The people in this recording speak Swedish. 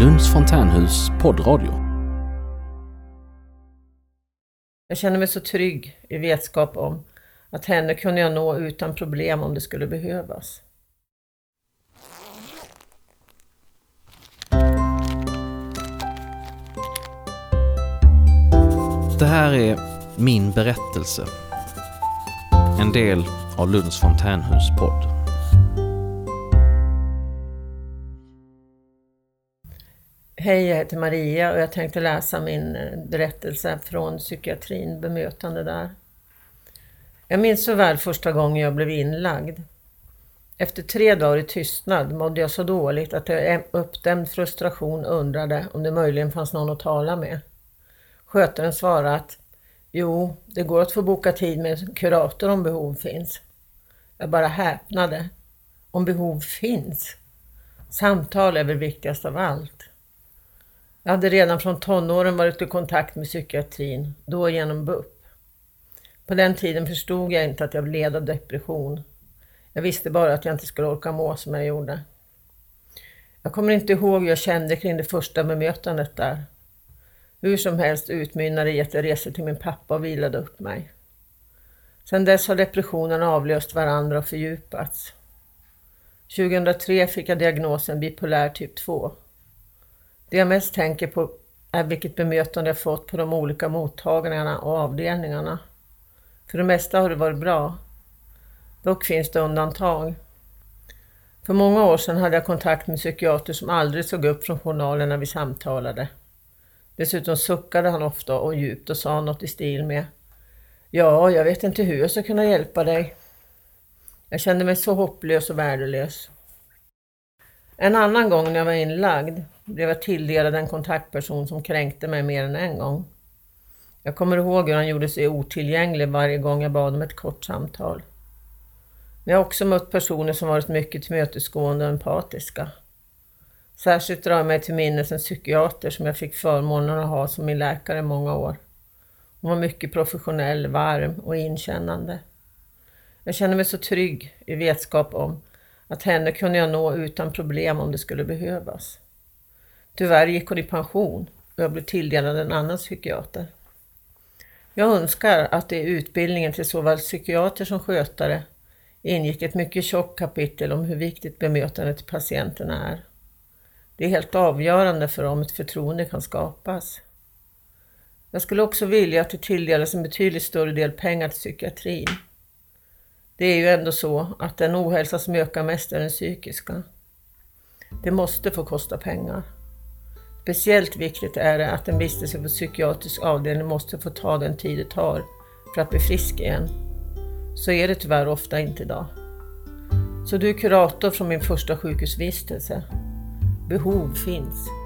Lunds Fontänhus poddradio. Jag känner mig så trygg i vetskap om att henne kunde jag nå utan problem om det skulle behövas. Det här är min berättelse. En del av Lunds Fontänhus podd. Hej, jag heter Maria och jag tänkte läsa min berättelse från psykiatrin, bemötande där. Jag minns så väl första gången jag blev inlagd. Efter 3 dagar i tystnad mådde jag så dåligt att jag uppdämd frustration undrade om det möjligen fanns någon att tala med. Skötaren svarade att jo, det går att få boka tid med kurator om behov finns. Jag bara häpnade. Om behov finns. Samtal är väl viktigast av allt. Jag hade redan från tonåren varit i kontakt med psykiatrin, då genom BUP. På den tiden förstod jag inte att jag led av depression. Jag visste bara att jag inte skulle orka må som jag gjorde. Jag kommer inte ihåg hur jag kände kring det första bemötandet där. Hur som helst utmynnade i att jag reste till min pappa och vilade upp mig. Sedan dess har depressionen avlöst varandra och fördjupats. 2003 fick jag diagnosen bipolär typ 2. Det jag mest tänker på är vilket bemötande jag fått på de olika mottagningarna och avdelningarna. För det mesta har det varit bra. Dock finns det undantag. För många år sedan hade jag kontakt med psykiater som aldrig såg upp från journalen när vi samtalade. Dessutom suckade han ofta och djupt och sa något i stil med: ja, jag vet inte hur jag ska kunna hjälpa dig. Jag kände mig så hopplös och värdelös. En annan gång när jag var inlagd blev jag tilldelad en kontaktperson som kränkte mig mer än en gång. Jag kommer ihåg hur han gjorde sig otillgänglig varje gång jag bad om ett kort samtal. Men jag har också mött personer som varit mycket tillmötesgående och empatiska. Särskilt drar jag mig till minnes en psykiater som jag fick förmånen att ha som min läkare i många år. Hon var mycket professionell, varm och inkännande. Jag känner mig så trygg i vetskap om att henne kunde jag nå utan problem om det skulle behövas. Tyvärr gick hon i pension och jag blev tilldelad en annan psykiater. Jag önskar att det i utbildningen till såväl psykiater som skötare ingick ett mycket tjockt kapitel om hur viktigt bemötandet till patienterna är. Det är helt avgörande för om ett förtroende kan skapas. Jag skulle också vilja att det tilldelas en betydligt större del pengar till psykiatrin. Det är ju ändå så att den ohälsa som ökar mest är den psykiska. Det måste få kosta pengar. Speciellt viktigt är det att en vistelse på psykiatrisk avdelning måste få ta den tid det tar för att bli frisk igen. Så är det tyvärr ofta inte idag. Så du är kurator från min första sjukhusvistelse. Behov finns.